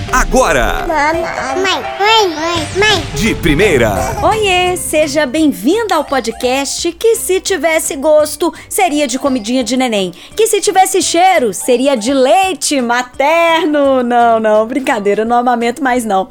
agora. Mãe. De primeira. Oiê, seja bem-vinda ao podcast que se tivesse gosto, seria de comidinha de neném. Que se tivesse cheiro, seria de leite materno. Não, brincadeira, não amamento mais não.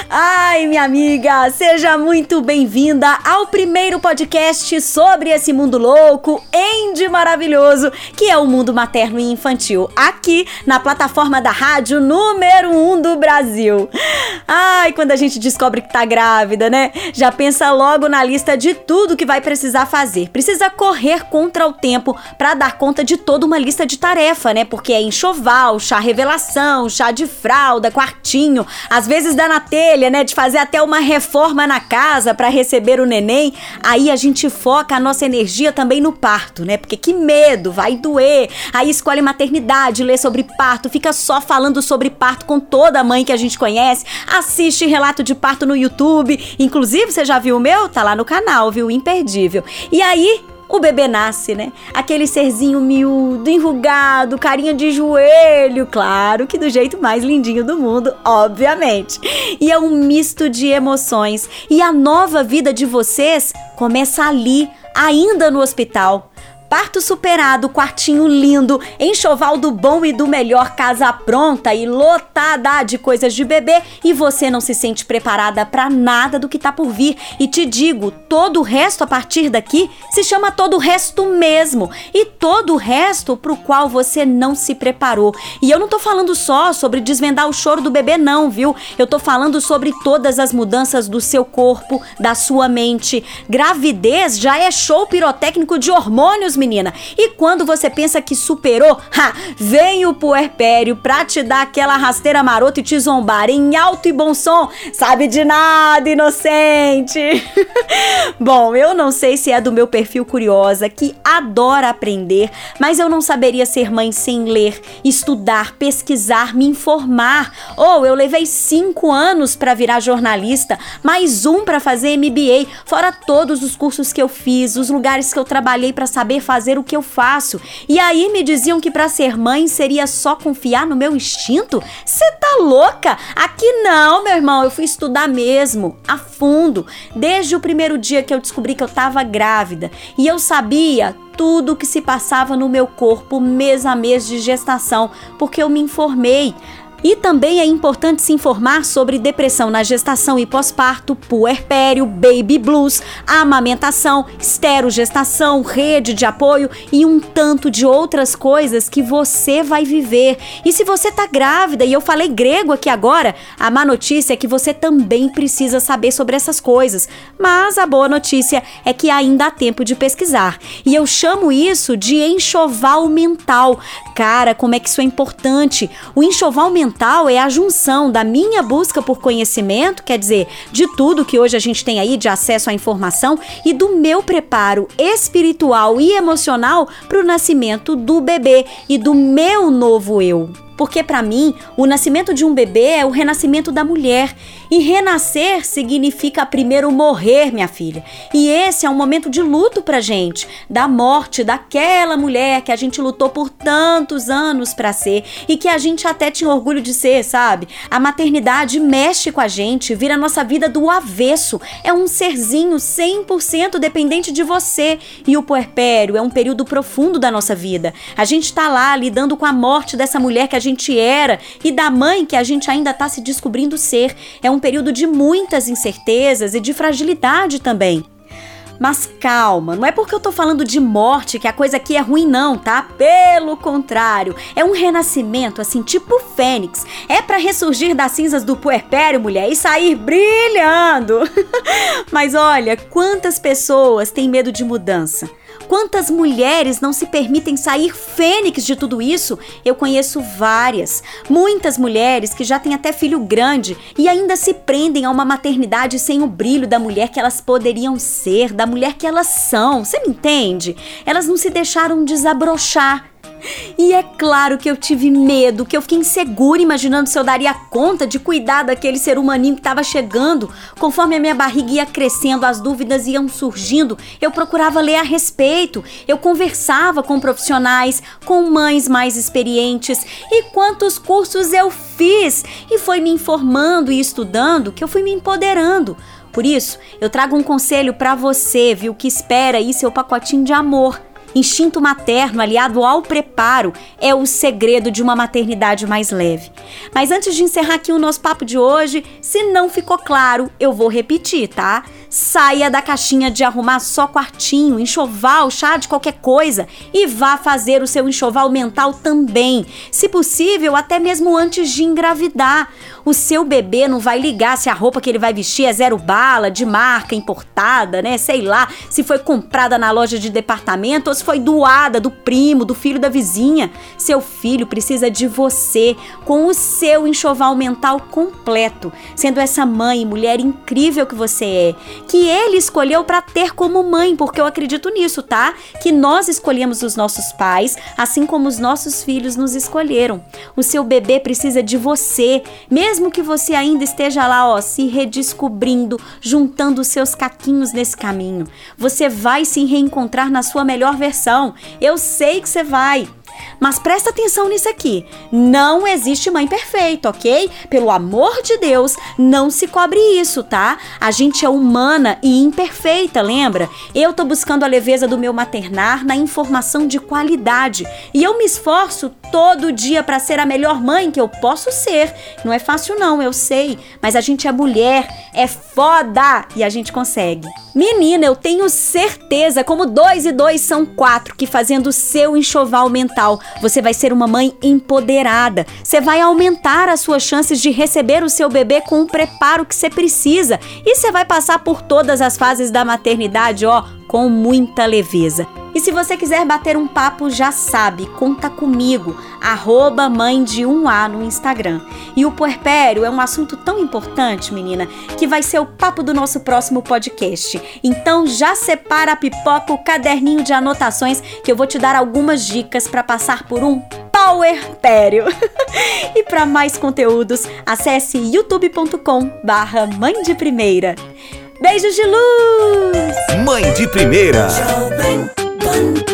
Ai, minha amiga, seja muito bem-vinda ao primeiro podcast sobre esse mundo louco, de maravilhoso, que é o mundo materno e infantil, aqui na plataforma da rádio número 1 do Brasil. Ai, quando a gente descobre que tá grávida, né? Já pensa logo na lista de tudo que vai precisar fazer. Precisa correr contra o tempo pra dar conta de toda uma lista de tarefa, né? Porque é enxoval, chá revelação, chá de fralda, quartinho, às vezes dá na telha, né? De fazer até uma reforma na casa pra receber o neném. Aí a gente foca a nossa energia também no parto, né? Porque que medo, vai doer. Aí escolhe maternidade, lê sobre parto, fica só falando sobre parto com toda a mãe que a gente conhece, assiste relato de parto no YouTube, inclusive você já viu o meu? Tá lá no canal, viu? Imperdível. E aí o bebê nasce, né? Aquele serzinho miúdo, enrugado, carinha de joelho, claro que do jeito mais lindinho do mundo, obviamente. E é um misto de emoções. E a nova vida de vocês começa ali, ainda no hospital. Parto superado, quartinho lindo, enxoval do bom e do melhor, casa pronta e lotada de coisas de bebê, e você não se sente preparada pra nada do que tá por vir. E te digo, todo o resto a partir daqui se chama todo o resto mesmo, e todo o resto pro qual você não se preparou. E eu não tô falando só sobre desvendar o choro do bebê não, viu? Eu tô falando sobre todas as mudanças do seu corpo, da sua mente. Gravidez já é show pirotécnico de hormônios, menina. E quando você pensa que superou, vem o puerpério pra te dar aquela rasteira marota e te zombar em alto e bom som. Sabe de nada, inocente. Bom, eu não sei se é do meu perfil curiosa, que adora aprender, mas eu não saberia ser mãe sem ler, estudar, pesquisar, me informar. Eu levei 5 anos pra virar jornalista, mais um pra fazer MBA, fora todos os cursos que eu fiz, os lugares que eu trabalhei pra saber fazer o que eu faço. E aí me diziam que pra ser mãe seria só confiar no meu instinto? Cê tá louca? Aqui não, meu irmão, eu fui estudar mesmo, a fundo, desde o primeiro dia que eu descobri que eu tava grávida. E eu sabia tudo o que se passava no meu corpo mês a mês de gestação, porque eu me informei. E também é importante se informar sobre depressão na gestação e pós-parto, puerpério, baby blues, amamentação, esterogestação, rede de apoio e um tanto de outras coisas que você vai viver. E se você tá grávida, e eu falei grego aqui agora, a má notícia é que você também precisa saber sobre essas coisas. Mas a boa notícia é que ainda há tempo de pesquisar. E eu chamo isso de enxoval mental. Cara, como é que isso é importante? O enxoval mental é a junção da minha busca por conhecimento, quer dizer, de tudo que hoje a gente tem aí de acesso à informação, e do meu preparo espiritual e emocional para o nascimento do bebê e do meu novo eu. Porque para mim, o nascimento de um bebê é o renascimento da mulher. E renascer significa primeiro morrer, minha filha. E esse é um momento de luto pra gente, da morte daquela mulher que a gente lutou por tantos anos pra ser e que a gente até tinha orgulho de ser, sabe? A maternidade mexe com a gente, vira a nossa vida do avesso. É um serzinho 100% dependente de você. E o puerpério é um período profundo da nossa vida. A gente tá lá lidando com a morte dessa mulher que a gente era e da mãe que a gente ainda tá se descobrindo ser. É um período de muitas incertezas e de fragilidade também. Mas calma, não é porque eu tô falando de morte que a coisa aqui é ruim não, tá? Pelo contrário, é um renascimento assim, tipo fênix. É pra ressurgir das cinzas do puerpério, mulher, e sair brilhando. Mas olha, quantas pessoas têm medo de mudança? Quantas mulheres não se permitem sair fênix de tudo isso? Eu conheço várias. Muitas mulheres que já têm até filho grande e ainda se prendem a uma maternidade sem o brilho da mulher que elas poderiam ser, da mulher que elas são. Você me entende? Elas não se deixaram desabrochar. E é claro que eu tive medo, que eu fiquei insegura imaginando se eu daria conta de cuidar daquele ser humaninho que estava chegando. Conforme a minha barriga ia crescendo, as dúvidas iam surgindo, eu procurava ler a respeito, eu conversava com profissionais, com mães mais experientes. E quantos cursos eu fiz! E foi me informando e estudando que eu fui me empoderando. Por isso, eu trago um conselho para você, viu, que espera aí seu pacotinho de amor. Instinto materno aliado ao preparo é o segredo de uma maternidade mais leve. Mas antes de encerrar aqui o nosso papo de hoje, se não ficou claro, eu vou repetir, tá? Saia da caixinha de arrumar só quartinho, enxoval, chá de qualquer coisa e vá fazer o seu enxoval mental também. Se possível, até mesmo antes de engravidar. O seu bebê não vai ligar se a roupa que ele vai vestir é 0 bala, de marca, importada, né? Sei lá, se foi comprada na loja de departamento ou se foi doada do primo, do filho da vizinha. Seu filho precisa de você, com o seu enxoval mental completo, sendo essa mãe e mulher incrível que você é, que ele escolheu para ter como mãe, porque eu acredito nisso, tá? Que nós escolhemos os nossos pais, assim como os nossos filhos nos escolheram. O seu bebê precisa de você, mesmo que você ainda esteja lá, ó, se redescobrindo, juntando os seus caquinhos nesse caminho. Você vai se reencontrar na sua melhor versão. Eu sei que você vai. Mas presta atenção nisso aqui, não existe mãe perfeita, ok? Pelo amor de Deus, não se cobre isso, tá? A gente é humana e imperfeita, lembra? Eu tô buscando a leveza do meu maternar na informação de qualidade e eu me esforço todo dia para ser a melhor mãe que eu posso ser. Não é fácil não, eu sei, mas a gente é mulher, é foda e a gente consegue. Menina, eu tenho certeza, como 2 e 2 são 4, que fazendo o seu enxoval mental, você vai ser uma mãe empoderada. Você vai aumentar as suas chances de receber o seu bebê com o preparo que você precisa. E você vai passar por todas as fases da maternidade, ó, com muita leveza. E se você quiser bater um papo, já sabe, conta comigo, @mãe-de-1A no Instagram. E o puerpério é um assunto tão importante, menina, que vai ser o papo do nosso próximo podcast. Então já separa a pipoca, o caderninho de anotações, que eu vou te dar algumas dicas para passar por um puerpério. E para mais conteúdos, acesse youtube.com/Mãe de Primeira. Beijos de luz! Mãe de Primeira.